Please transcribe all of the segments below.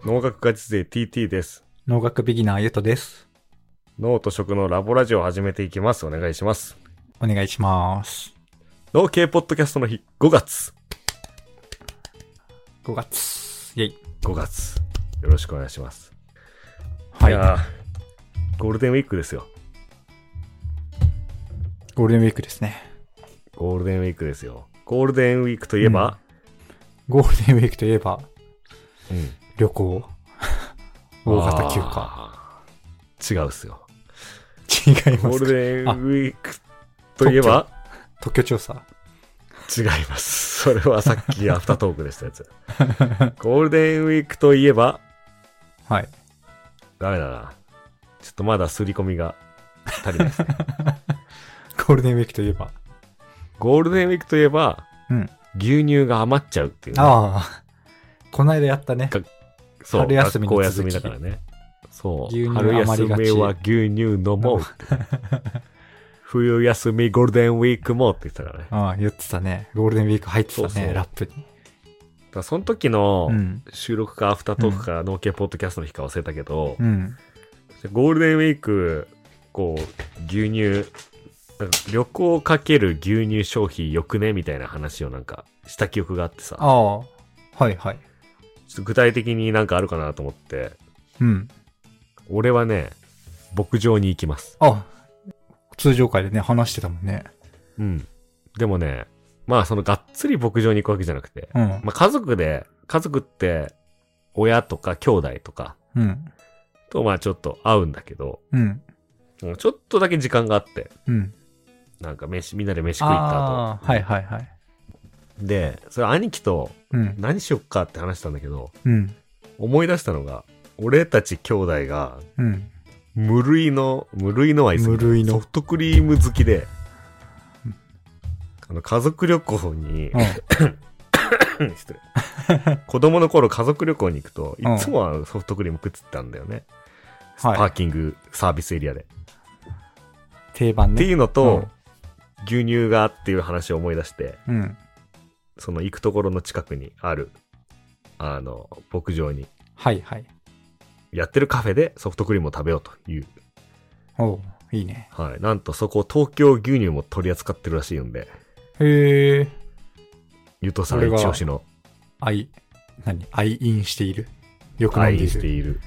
農学ガチ勢 TT です。 農学ビギナーゆとです。 農と食のラボラジオを始めていきます。お願いします。 お願いします。 農系ポッドキャストの日、5月。 5月。イェイ。 5月。よろしくお願いします。 はい。 いやー、ゴールデンウィークですよ。 ゴールデンウィークですね。 ゴールデンウィークですよ。ゴールデンウィークといえば、 ゴールデンウィークといえば、旅行。大型休暇。 違うっすよ。 違いますか。 ゴールデンウィークといえば、 特許調査。 違います。それはさっきアフタートークでしたやつ。ゴールデンウィークといえば、 はい。 ダメだな。ちょっとまだ刷り込みが足りないですね。 ゴールデンウィークといえば。 ゴールデンウィークといえば、牛乳が余っちゃうっていうね。 ああ。この間やったね。 そう。 春休みの学校続き休みだからね。そう。 牛乳春休余りがちみは牛乳飲もうって。冬休みゴールデンウィークもって言ってたからね。 ああ、言ってたね。ゴールデンウィーク入ってたね、 そうそう、 ラップに。 だからその時の収録かアフタートークか農系ポッドキャストの日か忘れたけど、ゴールデンウィーク、こう、牛乳、なんか旅行かける牛乳消費よくねみたいな話をなんかした記憶があってさ。 ああ、はいはい。 ちょっと具体的になんかあるかなと思って。俺はね、牧場に行きます。 あ、通常会でね、話してたもんね。 でもね、まあそのがっつり牧場に行くわけじゃなくて、まあ家族って親とか兄弟とか、とまあちょっと会うんだけど、ちょっとだけ時間があって、なんかみんなで飯食い行った後。 はいはいはい。 で、それ兄貴と何しよっかって話したんだけど、思い出したのが、俺たち兄弟が、無類のはソフトクリーム好きで、家族旅行に、失礼。子供の頃家族旅行に行くと、いつもはソフトクリーム食ってたんだよね。パーキングサービスエリアで。 定番ね。 っていうのと、牛乳がっていう話を思い出して、その行くところの近くにある、牧場に、やってるカフェでソフトクリームを食べようという。 おう、いいね。 はい。なんとそこ東京牛乳も取り扱ってるらしいんで。 へえ。 ゆとさん一押しの。 愛飲している。よく飲んでいる。 愛飲している。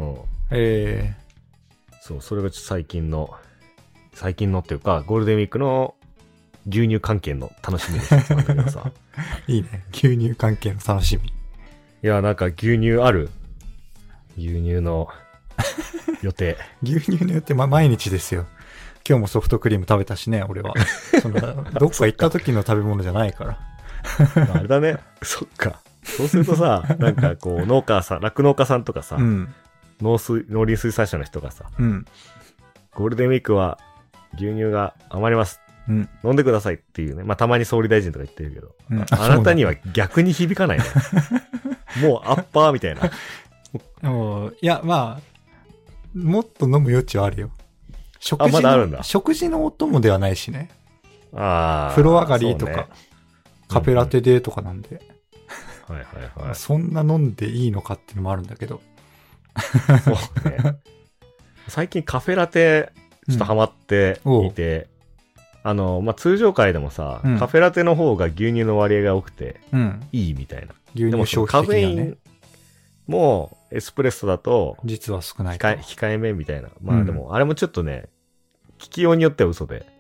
そう、それが最近のっていうか、ゴールデンウィークの牛乳関係の楽しみですなんだけどさ。 いいね。牛乳関係の楽しみ。 いや、なんか牛乳ある？牛乳の予定。 牛乳の予定、毎日ですよ。今日もソフトクリーム食べたしね、俺は。どっか行った時の食べ物じゃないから。 あれだね。そっか。そうするとさ、なんかこう、酪農家さんとかさ、農林水産者の人がさ、ゴールデンウィークは牛乳が余ります。飲んでくださいっていうね。まあ、たまに総理大臣とか言ってるけど、あなたには逆に響かないね。もうアッパーみたいな。 いや、まあ、もっと飲む余地はあるよ。 まだあるんだ。 食事のお供ではないしね。 風呂上がりとか、カフェラテでとかなんで。そんな飲んでいいのかっていうのもあるんだけど。 そうね。最近カフェラテ、ちょっとハマっていて、まあ、通常回でもさ、カフェラテの方が牛乳の割合が多くて、いいみたいな。 牛乳消費的にはね。 カフェインもエスプレッソだと、 実は少ない。 控えめみたいな。まあでも、あれもちょっとね、聞きようによっては嘘で。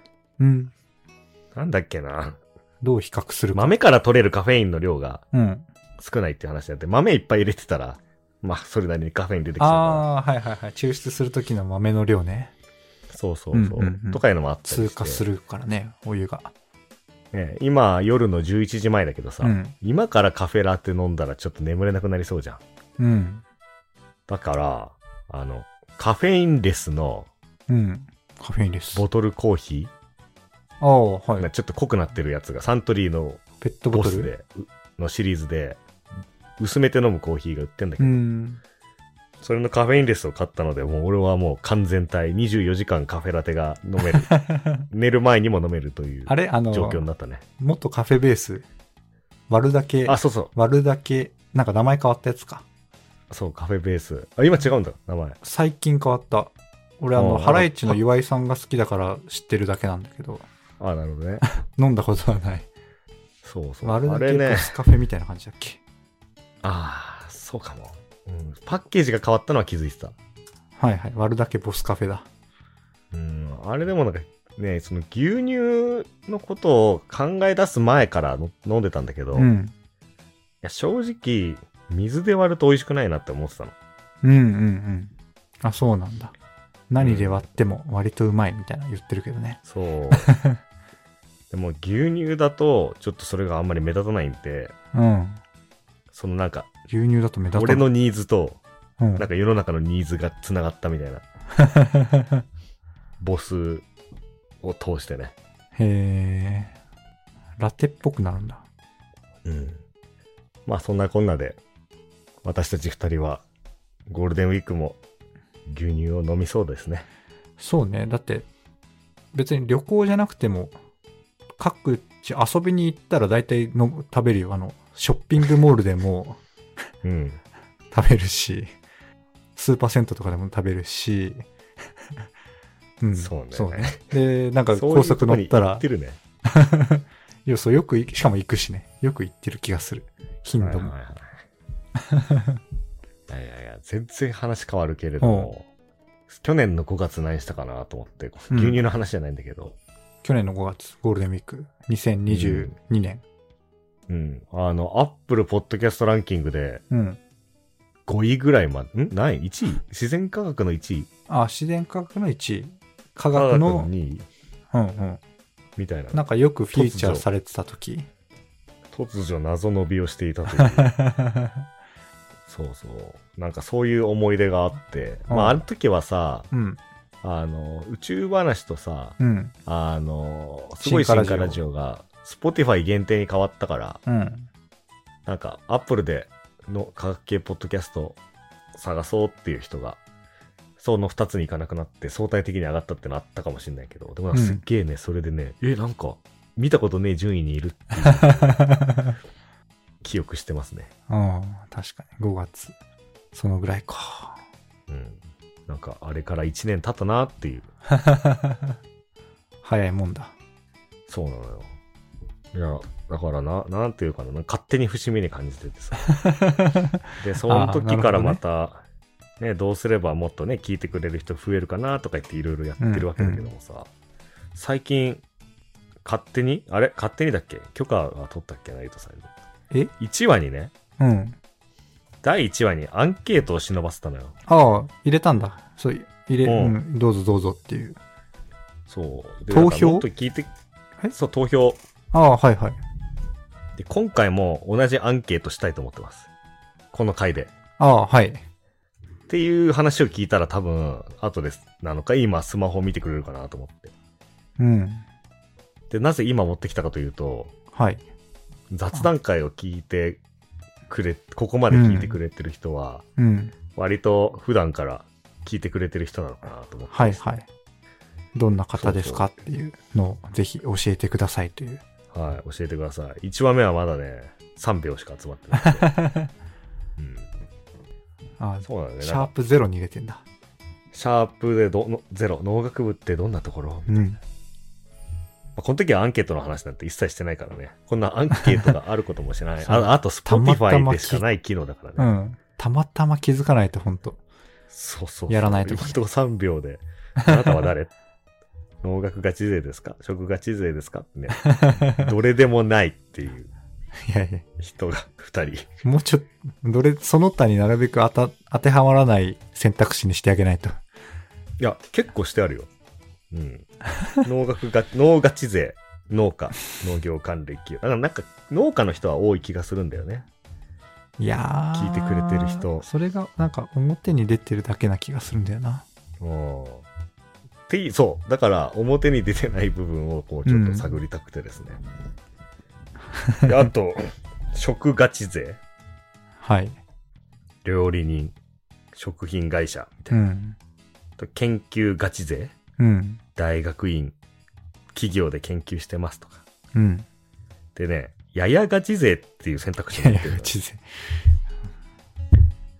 なんだっけな。 どう比較するか。 豆から取れるカフェインの量が、少ないっていう話だって、豆いっぱい入れてたら、まあ、それなりにカフェイン出てきちゃうから。 はいはいはい。抽出するときの豆の量ね。 そう。とかいうのもあったりして。 通過するからね、お湯が。 ね、今、夜の11時前だけどさ、今からカフェラテ飲んだらちょっと眠れなくなりそうじゃん。だから、カフェインレスの、 カフェインレス。 ボトルコーヒーちょっと濃くなってるやつが、サントリーのペットボトルボスでのシリーズで、薄めて飲むコーヒーが売ってんだけど、それのカフェインレスを買ったので、もう俺はもう完全体、24時間カフェラテが飲める。寝る前にも飲めるという状況になったね。 もっとカフェベース、割るだけ、 そう。 割るだけ、なんか名前変わったやつか。 そう、カフェベース。あ、今違うんだ、名前。 最近変わった。俺ハライチの岩井さんが好きだから知ってるだけなんだけど。 あ、なるほどね。 飲んだことはない。 そうそう。 あれだけボスカフェみたいな感じだっけ。 ああ、そうかも。うん。パッケージが変わったのは気づいてた。 はいはい。割るだけボスカフェだ。 あれでもなんかね、その牛乳のことを考え出す前から飲んでたんだけど、いや正直、水で割ると美味しくないなって思ってたの。 あ、そうなんだ。何で割っても割とうまいみたいな言ってるけどね。 そう。でも牛乳だと、ちょっとそれがあんまり目立たないんで、そのなんか、 牛乳だと目立たない。 俺のニーズと、なんか世の中のニーズがつながったみたいな。ボスを通してね。 へー。ラテっぽくなるんだ。 まあそんなこんなで、私たち二人はゴールデンウィークも牛乳を飲みそうですね。 そうね。だって別に旅行じゃなくても各地遊びに行ったら大体食べるよ。ショッピングモールでも食べるし、スーパー銭湯とかでも食べるし、 そうね。 で、なんか高速乗ったら、 そういうとこに行ってるね。 いや、そう、しかも行くしね。よく行ってる気がする。頻度も。 いや、全然話変わるけれども、去年の5月何したかなと思って、牛乳の話じゃないんだけど。 去年の5月、ゴールデンウィーク、2022年。 アップルポッドキャストランキングで、5位ぐらいまで、何位 ?1 位自然科学の1位。 あ、自然科学の1位。科学の 2位。みたいな。 なんかよくフィーチャーされてた時。 突如謎伸びをしていたという。そうそう。なんかそういう思い出があって、まああの時はさ、宇宙話とさ、すごい進化ラジオが、Spotify 限定に変わったから、なんか Apple での科学系ポッドキャスト探そうっていう人が、その2つに行かなくなって相対的に上がったってのあったかもしれないけど、でもすっげえね、それでね、なんか見たことねえ順位にいるっていう記憶してますね。 確かに5月そのぐらいか。 なんかあれから1年経ったなっていう。 早いもんだ。 そうなのよ。いや、だからなんていうかな、勝手に節目に感じててさ。で、その時からまた、ね、どうすればもっとね、聞いてくれる人増えるかなとか言っていろいろやってるわけだけどもさ、最近、勝手にだっけ許可は取ったっけな、伊藤さんに。1話にね、第1話にアンケートを忍ばせたのよ。 入れたんだ。そう、どうぞどうぞっていう。 そう。 投票もっと聞いて、そう、投票。 はいはい。 で、今回も同じアンケートしたいと思ってます。この回で。 はい。 っていう話を聞いたら多分、後ですなのか、今スマホを見てくれるかなと思って。で、なぜ今持ってきたかというと、雑談会を聞いてここまで聞いてくれてる人は、割と普段から聞いてくれてる人なのかなと思って。 どんな方ですかっていうのをぜひ教えてくださいという。 教えてください。1話目はまだね、3秒しか集まってないんで。そうだね。 シャープ0に入れてんだ。 シャープで0、農学部ってどんなところ？この時はアンケートの話なんて一切してないからね。こんなアンケートがあることもしない。あと、Spotify でしかない機能だからね。 たまたま気づかないと本当。 そう。 やらないと。 本当3秒で。あなたは誰？農学ガチ勢ですか？食ガチ勢ですか？ね。どれでもないっていう。人が2人。もうちょっと、その他になるべく当てはまらない選択肢にしてあげないと。 いや、結構してあるよ。農ガチ勢、農家、農業関連企業。だからなんか農家の人は多い気がするんだよね。 いやー。 聞いてくれてる人。 それがなんか表に出てるだけな気がするんだよな。 そう。だから表に出てない部分をこうちょっと探りたくてですね。あと、食ガチ勢。料理人、食品会社みたいな。研究ガチ勢。大学院、企業で研究してますとか。でね、ややガチ勢っていう選択肢が出てる。 ややガチ勢。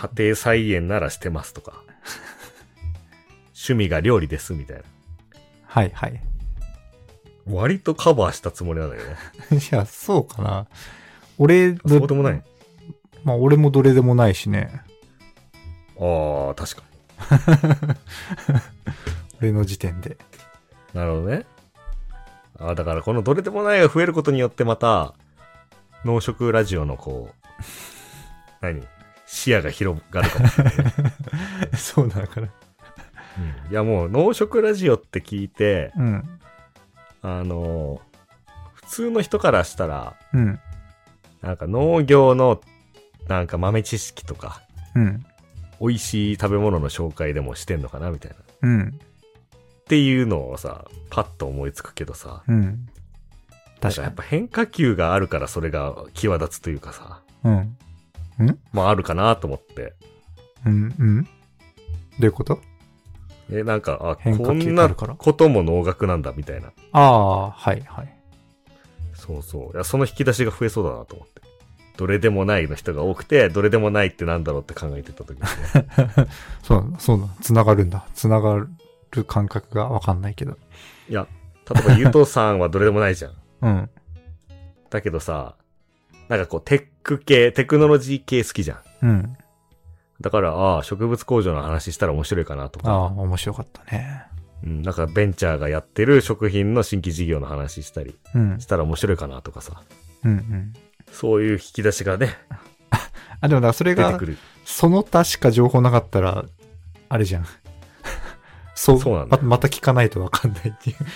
家庭菜園ならしてますとか、趣味が料理ですみたいな。 はいはい。 割とカバーしたつもりなんだよね。 いや、そうかな。 そうでもない。 まあ俺もどれでもないしね。 ああ、確かに。俺の時点で。 なるほどね。ああ、だからこのどれでもないが増えることによってまた、農食ラジオのこう、視野が広がるかもしれない、ね。 そうだから。 うん、いやもう農食ラジオって聞いて、 うん、 普通の人からしたら、 うん、 なんか農業のなんか豆知識とか、 うん、 美味しい食べ物の紹介でもしてんのかなみたいな。 うん。 っていうのをさ、パッと思いつくけどさ、 うん。 確かにやっぱ変化球があるからそれが際立つというかさ、 うん。 まああるかなと思って。 うん、どういうこと？ なんか、 変化こんなことも農学なんだみたいな。 ああ、はいはい。 そうそう。いや、その引き出しが増えそうだなと思って。どれでもないの人が多くて、どれでもないってなんだろうって考えてた時に、ね。 そうだ。繋がるんだ。繋がる感覚がわかんないけど。 いや、例えばゆうとさんはどれでもないじゃん。 うん。 だけどさ、なんかこうテクノロジー系好きじゃん。 うん。 だから、植物工場の話したら面白いかなとか。 面白かったね。 うん、なんかベンチャーがやってる食品の新規事業の話したりしたら面白いかなとかさ。 うんうん。 そういう引き出しがね。 でもだからそれが、その他しか情報なかったら、あれじゃん。そうなんだ。また聞かないとわかんないっていう。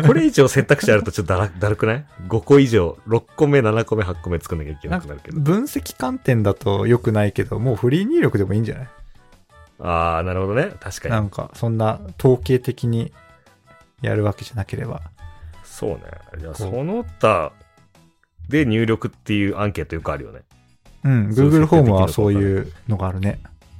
これ以上選択肢あるとちょっとだるくない ?5 個以上、6個目、7個目、8個目作んなきゃいけなくなるけど。 分析観点だと良くないけど、もうフリー入力でもいいんじゃない？ ああ、なるほどね。確かに。 なんか、そんな統計的にやるわけじゃなければ。 そうね。じゃあ、その他で入力っていうアンケートよくあるよね。 うん、Google ホームはそういうのがあるね。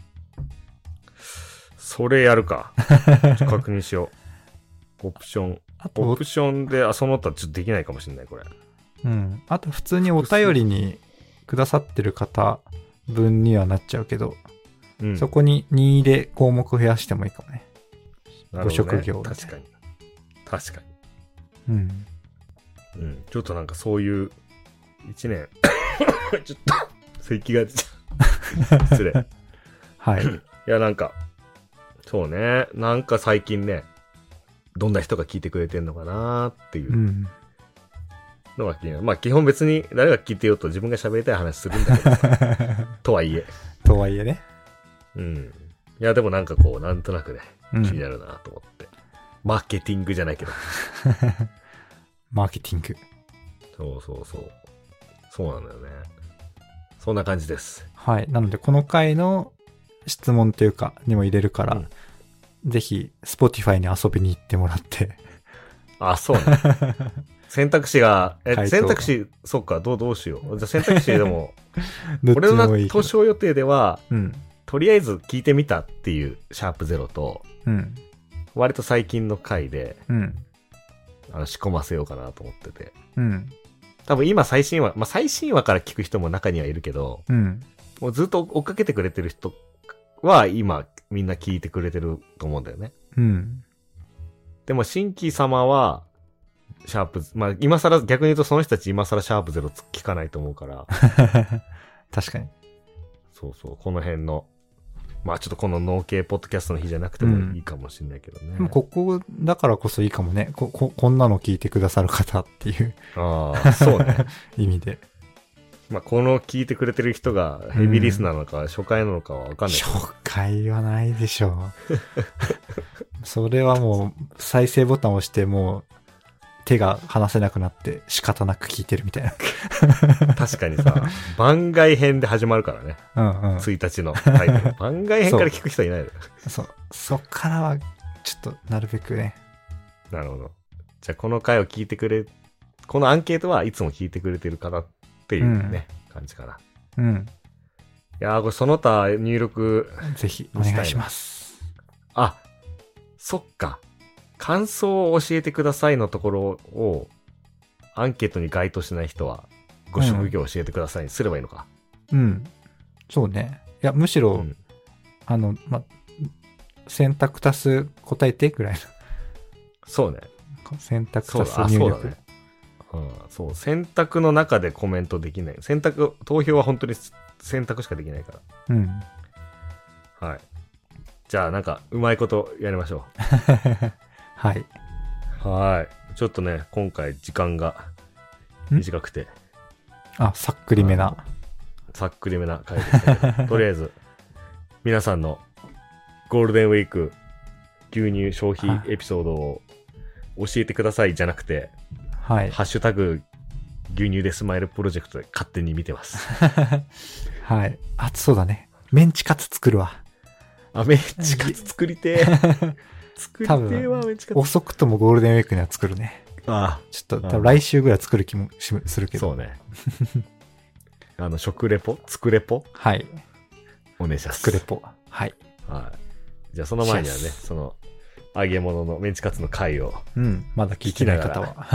それやるか。確認しよう。オプションで、その他ちょっとできないかもしれない、これ。 うん。あと、普通にお便りにくださってる方分にはなっちゃうけど、うん、そこに2で項目増やしてもいいかもね。ご職業で。 確かに。確かに。うん。 うん。ちょっとなんかそういう、1年、ちょっと、咳が出ちゃう。失礼。 はい。 いや、なんか、そうね。なんか最近ね、どんな人が聞いてくれてんのかなっていうのが気になる。まあ基本別に誰が聞いてようと自分が喋りたい話するんだけどさ。とはいえ。 とはいえね。 うん。いやでもなんかこう、なんとなくね、気になるなと思って。マーケティングじゃないけど。 マーケティング。 そう。そうなんだよね。そんな感じです。 はい。なのでこの回の質問というかにも入れるから、ぜひ Spotify に遊びに行ってもらって。 あ、そうね。選択肢が、選択肢、そっか、どうしよう。じゃあ選択肢でも、俺の投資予定では、とりあえず聞いてみたっていうシャープゼロと、割と最近の回で、仕込ませようかなと思ってて。多分今最新話から聞く人も中にはいるけど、もうずっと追っかけてくれてる人は今みんな聞いてくれてると思うんだよね。でも新規様は、シャープ、まあ今更、逆に言うとその人たち今更シャープゼロ聞かないと思うから。 確かに。 そう、この辺の、まあちょっとこの農系ポッドキャストの日じゃなくてもいいかもしれないけどね。 でもここだからこそいいかもね。こんなの聞いてくださる方っていう。 ああ、そうね。 意味で。 まあこの聞いてくれてる人がヘビーリスナーなのか初回なのかはわかんないけど。 初回はないでしょう。それはもう再生ボタンを押してもう手が離せなくなって仕方なく聞いてるみたいな。 確かにさ、番外編で始まるからね。1日のタイトル。番外編から聞く人いないよ。 そっからはちょっとなるべくね。 なるほど。じゃあこの回を聞いてこのアンケートはいつも聞いてくれてる方っていうね、感じかな。いやー、これその他入力。 ぜひお願いします。 あ、そっか。感想を教えてくださいのところをアンケートに該当しない人はご職業を教えてくださいにすればいいのか。 そうね。 や、むしろ、選択足す答えてぐらいの。 そうね。 選択足す入力。 そうだね。そう、選択の中でコメントできない。投票は本当に選択しかできないから。はい。じゃあ、なんか、うまいことやりましょう。 はい。 はい。ちょっとね、今回時間が短くて。 さっくりめな。 さっくりめな回でしたけど、とりあえず、皆さんのゴールデンウィーク牛乳消費エピソードを教えてくださいじゃなくて、 はい。 ハッシュタグ牛乳でスマイルプロジェクトで勝手に見てます。 はい。そうだね。メンチカツ作るわ。 メンチカツ作りてー。作りてーわ、メンチカツ。 遅くともゴールデンウィークには作るね。ちょっと多分来週ぐらい作る気もするけど。 そうね。食レポ作レポはい。 お願いします。 作レポ。はい。 はい。じゃあその前にはね、揚げ物のメンチカツの回を。 まだ聞いてない方は。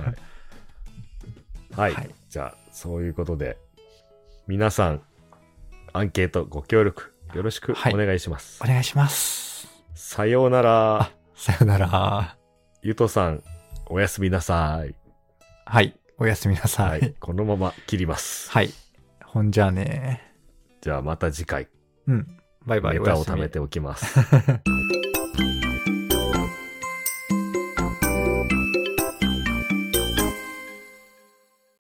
はい。じゃあ、そういうことで、皆さん、アンケートご協力よろしくお願いします。 お願いします。 さようなら。 さようなら。 ゆとさん、おやすみなさい。 はい。おやすみなさい。 このまま切ります。 はい。ほんじゃあね。 じゃあまた次回。 バイバイ。 ネタを貯めておきます。